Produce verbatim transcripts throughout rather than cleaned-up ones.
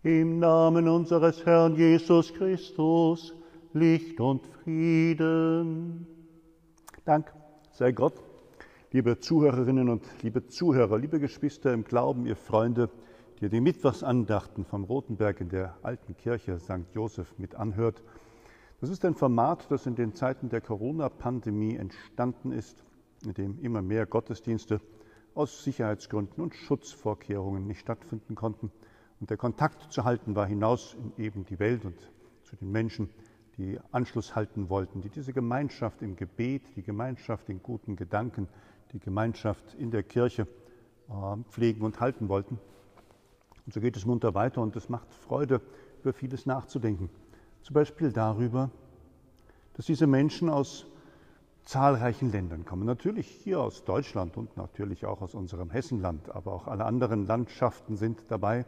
Im Namen unseres Herrn Jesus Christus, Licht und Frieden. Dank sei Gott, liebe Zuhörerinnen und liebe Zuhörer, liebe Geschwister im Glauben, ihr Freunde, die ihr die Mittwochsandachten vom Rotenberg in der alten Kirche Sankt Joseph mit anhört. Das ist ein Format, das in den Zeiten der Corona-Pandemie entstanden ist, in dem immer mehr Gottesdienste aus Sicherheitsgründen und Schutzvorkehrungen nicht stattfinden konnten. Und der Kontakt zu halten war hinaus in eben die Welt und zu den Menschen, die Anschluss halten wollten, die diese Gemeinschaft im Gebet, die Gemeinschaft in guten Gedanken, die Gemeinschaft in der Kirche äh, pflegen und halten wollten. Und so geht es munter weiter und es macht Freude, über vieles nachzudenken. Zum Beispiel darüber, dass diese Menschen aus zahlreichen Ländern kommen. Natürlich hier aus Deutschland und natürlich auch aus unserem Hessenland, aber auch alle anderen Landschaften sind dabei.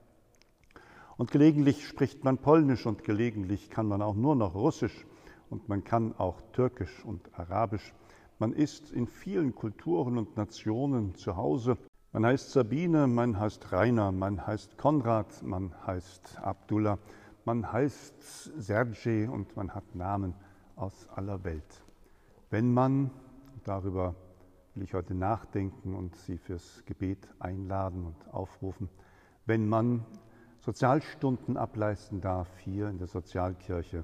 Und gelegentlich spricht man Polnisch und gelegentlich kann man auch nur noch Russisch und man kann auch Türkisch und Arabisch. Man ist in vielen Kulturen und Nationen zu Hause. Man heißt Sabine, man heißt Rainer, man heißt Konrad, man heißt Abdullah, man heißt Sergej und man hat Namen aus aller Welt. Wenn man, darüber will ich heute nachdenken und Sie fürs Gebet einladen und aufrufen, wenn man Sozialstunden ableisten darf hier in der Sozialkirche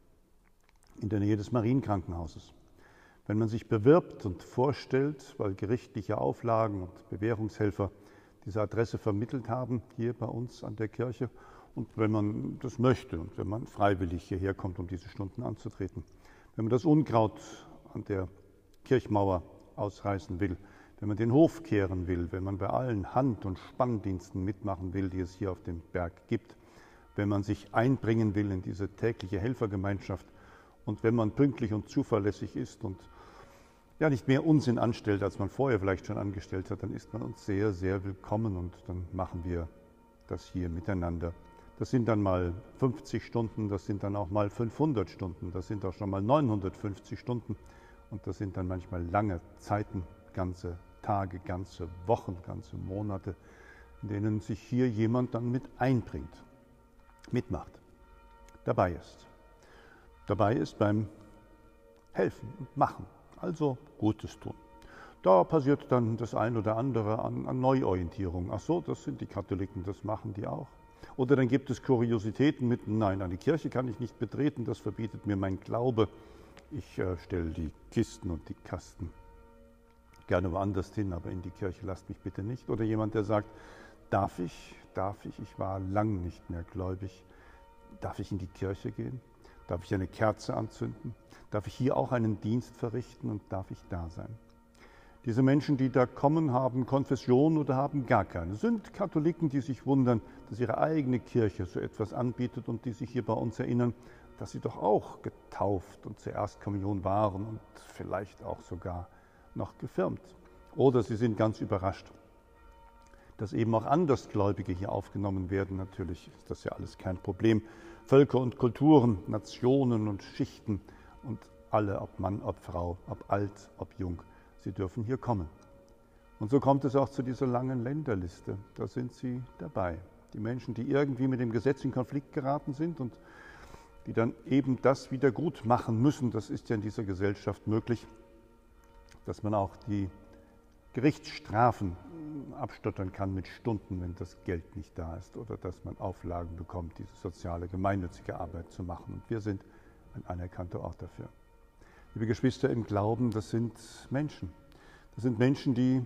in der Nähe des Marienkrankenhauses. Wenn man sich bewirbt und vorstellt, weil gerichtliche Auflagen und Bewährungshelfer diese Adresse vermittelt haben, hier bei uns an der Kirche, und wenn man das möchte und wenn man freiwillig hierher kommt, um diese Stunden anzutreten, wenn man das Unkraut an der Kirchmauer ausreißen will, wenn man den Hof kehren will, wenn man bei allen Hand- und Spanndiensten mitmachen will, die es hier auf dem Berg gibt, wenn man sich einbringen will in diese tägliche Helfergemeinschaft und wenn man pünktlich und zuverlässig ist und ja nicht mehr Unsinn anstellt, als man vorher vielleicht schon angestellt hat, dann ist man uns sehr, sehr willkommen und dann machen wir das hier miteinander. Das sind dann mal fünfzig Stunden, das sind dann auch mal fünfhundert Stunden, das sind auch schon mal neunhundertfünfzig Stunden und das sind dann manchmal lange Zeiten, ganze Tage, ganze Wochen, ganze Monate, in denen sich hier jemand dann mit einbringt, mitmacht, dabei ist. Dabei ist beim Helfen und Machen, also Gutes tun. Da passiert dann das ein oder andere an, an Neuorientierung. Ach so, das sind die Katholiken, das machen die auch. Oder dann gibt es Kuriositäten mit, nein, eine Kirche kann ich nicht betreten, das verbietet mir mein Glaube. Ich äh, stelle die Kisten und die Kasten gerne woanders hin, aber in die Kirche lasst mich bitte nicht. Oder jemand, der sagt, darf ich, darf ich, ich war lang nicht mehr gläubig, darf ich in die Kirche gehen? Darf ich eine Kerze anzünden? Darf ich hier auch einen Dienst verrichten und darf ich da sein? Diese Menschen, die da kommen, haben Konfession oder haben gar keine. Sind Katholiken, die sich wundern, dass ihre eigene Kirche so etwas anbietet und die sich hier bei uns erinnern, dass sie doch auch getauft und zur Erstkommunion waren und vielleicht auch sogar noch gefirmt. Oder sie sind ganz überrascht, dass eben auch Andersgläubige hier aufgenommen werden. Natürlich ist das ja alles kein Problem. Völker und Kulturen, Nationen und Schichten und alle, ob Mann, ob Frau, ob alt, ob jung, sie dürfen hier kommen. Und so kommt es auch zu dieser langen Länderliste. Da sind sie dabei. Die Menschen, die irgendwie mit dem Gesetz in Konflikt geraten sind und die dann eben das wieder gut machen müssen. Das ist ja in dieser Gesellschaft möglich, dass man auch die Gerichtsstrafen abstottern kann mit Stunden, wenn das Geld nicht da ist oder dass man Auflagen bekommt, diese soziale, gemeinnützige Arbeit zu machen. Und wir sind ein anerkannter Ort dafür. Liebe Geschwister im Glauben, das sind Menschen. Das sind Menschen, die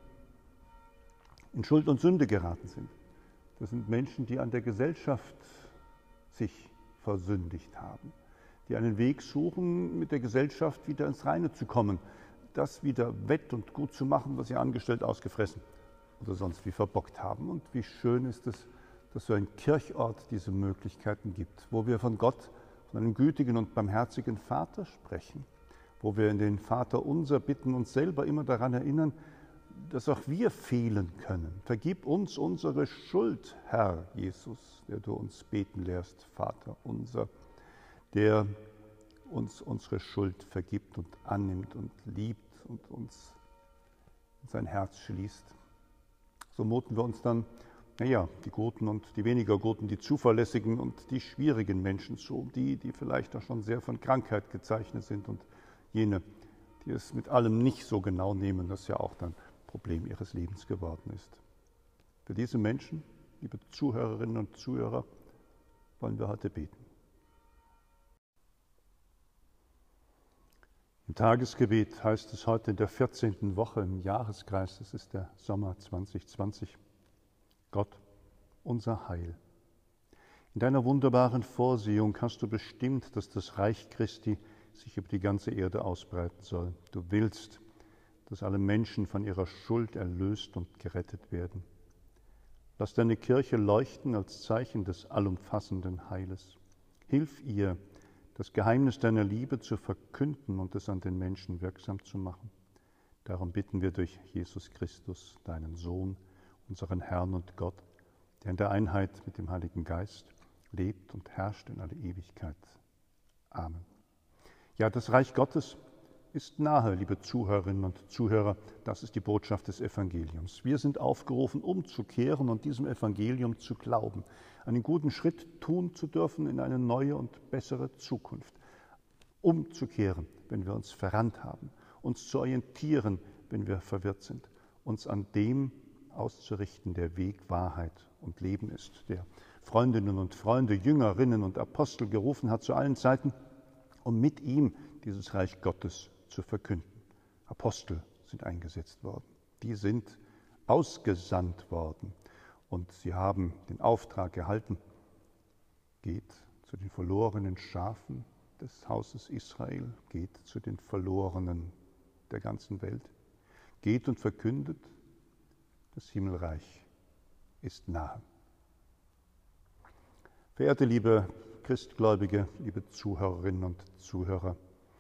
in Schuld und Sünde geraten sind. Das sind Menschen, die an der Gesellschaft sich versündigt haben, die einen Weg suchen, mit der Gesellschaft wieder ins Reine zu kommen, das wieder wett und gut zu machen, was sie angestellt, ausgefressen oder sonst wie verbockt haben. Und wie schön ist es, dass so ein Kirchort diese Möglichkeiten gibt, wo wir von Gott, von einem gütigen und barmherzigen Vater sprechen, wo wir in den Vater unser bitten, uns selber immer daran erinnern, dass auch wir fehlen können. Vergib uns unsere Schuld, Herr Jesus, der du uns beten lehrst, Vater unser, der uns unsere Schuld vergibt und annimmt und liebt und uns in sein Herz schließt. So muten wir uns dann naja, die guten und die weniger guten, die zuverlässigen und die schwierigen Menschen zu, die, die vielleicht auch schon sehr von Krankheit gezeichnet sind und jene, die es mit allem nicht so genau nehmen, das ja auch dann Problem ihres Lebens geworden ist. Für diese Menschen, liebe Zuhörerinnen und Zuhörer, wollen wir heute beten. Im Tagesgebet heißt es heute in der vierzehnten Woche im Jahreskreis, das ist der Sommer zwanzig zwanzig, Gott, unser Heil. In deiner wunderbaren Vorsehung hast du bestimmt, dass das Reich Christi sich über die ganze Erde ausbreiten soll. Du willst, dass alle Menschen von ihrer Schuld erlöst und gerettet werden. Lass deine Kirche leuchten als Zeichen des allumfassenden Heiles. Hilf ihr, das Geheimnis deiner Liebe zu verkünden und es an den Menschen wirksam zu machen. Darum bitten wir durch Jesus Christus, deinen Sohn, unseren Herrn und Gott, der in der Einheit mit dem Heiligen Geist lebt und herrscht in alle Ewigkeit. Amen. Ja, das Reich Gottes ist nahe, liebe Zuhörerinnen und Zuhörer. Das ist die Botschaft des Evangeliums. Wir sind aufgerufen, umzukehren und diesem Evangelium zu glauben, einen guten Schritt tun zu dürfen in eine neue und bessere Zukunft. Umzukehren, wenn wir uns verrannt haben, uns zu orientieren, wenn wir verwirrt sind, uns an dem auszurichten, der Weg, Wahrheit und Leben ist, der Freundinnen und Freunde, Jüngerinnen und Apostel gerufen hat zu allen Zeiten, um mit ihm dieses Reich Gottes zu verkünden. Apostel sind eingesetzt worden. Die sind ausgesandt worden und sie haben den Auftrag erhalten, geht zu den verlorenen Schafen des Hauses Israel, geht zu den Verlorenen der ganzen Welt, geht und verkündet, das Himmelreich ist nahe. Verehrte liebe Christgläubige, liebe Zuhörerinnen und Zuhörer,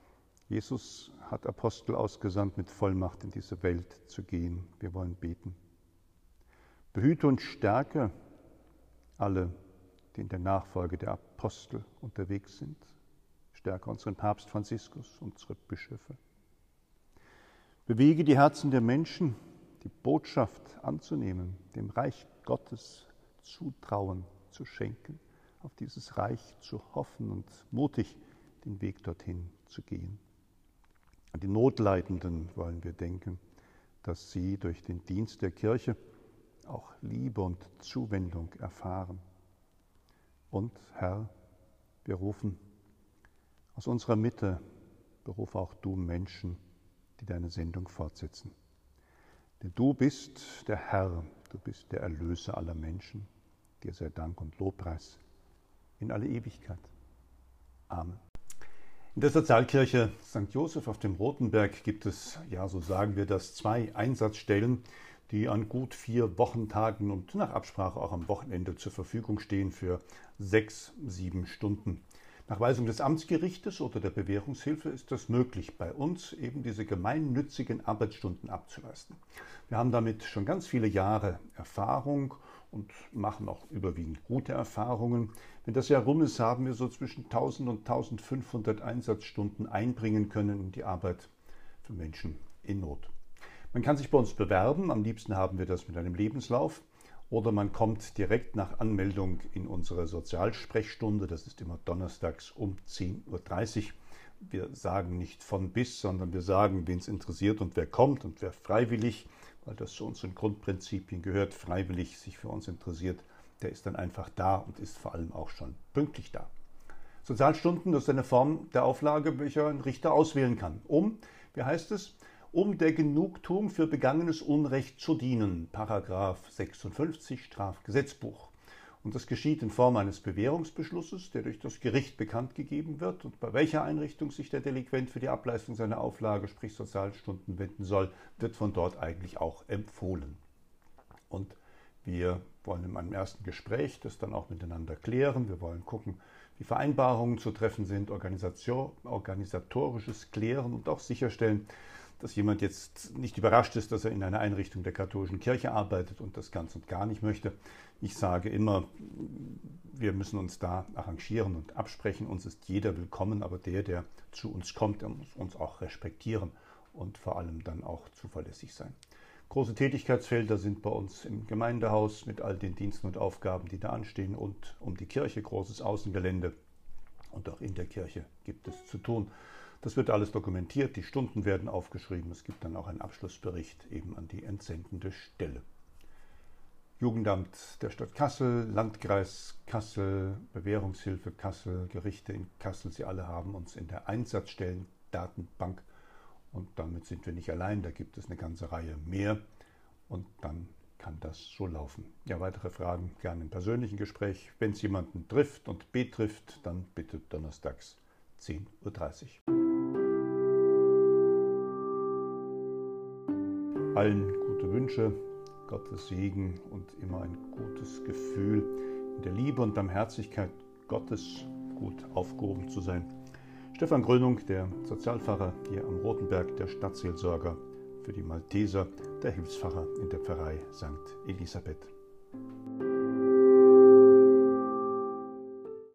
Jesus hat Apostel ausgesandt, mit Vollmacht in diese Welt zu gehen. Wir wollen beten. Behüte und stärke alle, die in der Nachfolge der Apostel unterwegs sind. Stärke unseren Papst Franziskus, unsere Bischöfe. Bewege die Herzen der Menschen, die Botschaft anzunehmen, dem Reich Gottes Zutrauen zu schenken, auf dieses Reich zu hoffen und mutig den Weg dorthin zu gehen. An die Notleidenden wollen wir denken, dass sie durch den Dienst der Kirche auch Liebe und Zuwendung erfahren. Und Herr, wir rufen aus unserer Mitte, beruf auch du Menschen, die deine Sendung fortsetzen. Denn du bist der Herr, du bist der Erlöser aller Menschen. Dir sei Dank und Lobpreis in alle Ewigkeit. Amen. In der Sozialkirche Sankt Joseph auf dem Rotenberg gibt es, ja so sagen wir das, zwei Einsatzstellen, die an gut vier Wochentagen und nach Absprache auch am Wochenende zur Verfügung stehen für sechs, sieben Stunden. Nach Weisung des Amtsgerichtes oder der Bewährungshilfe ist das möglich, bei uns eben diese gemeinnützigen Arbeitsstunden abzuleisten. Wir haben damit schon ganz viele Jahre Erfahrung und machen auch überwiegend gute Erfahrungen. Wenn das Jahr rum ist, haben wir so zwischen tausend und tausendfünfhundert Einsatzstunden einbringen können in die Arbeit für Menschen in Not. Man kann sich bei uns bewerben, am liebsten haben wir das mit einem Lebenslauf. Oder man kommt direkt nach Anmeldung in unsere Sozialsprechstunde. Das ist immer donnerstags um zehn Uhr dreißig. Wir sagen nicht von bis, sondern wir sagen, wen es interessiert und wer kommt und wer freiwillig, weil das zu unseren Grundprinzipien gehört, freiwillig sich für uns interessiert, der ist dann einfach da und ist vor allem auch schon pünktlich da. Sozialstunden, das ist eine Form der Auflage, welche ein Richter auswählen kann, um, wie heißt es, um der Genugtuung für begangenes Unrecht zu dienen. Paragraph sechsundfünfzig Strafgesetzbuch. Und das geschieht in Form eines Bewährungsbeschlusses, der durch das Gericht bekannt gegeben wird. Und bei welcher Einrichtung sich der Delinquent für die Ableistung seiner Auflage, sprich Sozialstunden, wenden soll, wird von dort eigentlich auch empfohlen. Und wir wollen in einem ersten Gespräch das dann auch miteinander klären. Wir wollen gucken, wie Vereinbarungen zu treffen sind, organisatorisches Klären und auch sicherstellen, dass jemand jetzt nicht überrascht ist, dass er in einer Einrichtung der katholischen Kirche arbeitet und das ganz und gar nicht möchte. Ich sage immer, wir müssen uns da arrangieren und absprechen. Uns ist jeder willkommen, aber der, der zu uns kommt, der muss uns auch respektieren und vor allem dann auch zuverlässig sein. Große Tätigkeitsfelder sind bei uns im Gemeindehaus mit all den Diensten und Aufgaben, die da anstehen, und um die Kirche, großes Außengelände. Und auch in der Kirche gibt es zu tun. Das wird alles dokumentiert, die Stunden werden aufgeschrieben. Es gibt dann auch einen Abschlussbericht eben an die entsendende Stelle. Jugendamt der Stadt Kassel, Landkreis Kassel, Bewährungshilfe Kassel, Gerichte in Kassel, sie alle haben uns in der Einsatzstellendatenbank. Und damit sind wir nicht allein, da gibt es eine ganze Reihe mehr und dann kann das so laufen. Ja, weitere Fragen gerne im persönlichen Gespräch. Wenn es jemanden trifft und betrifft, dann bitte donnerstags zehn Uhr dreißig. Allen gute Wünsche, Gottes Segen und immer ein gutes Gefühl, in der Liebe und Barmherzigkeit Gottes gut aufgehoben zu sein. Stefan Grönung, der Sozialpfarrer hier am Rotenberg, der Stadtseelsorger für die Malteser, der Hilfspfarrer in der Pfarrei Sankt Elisabeth.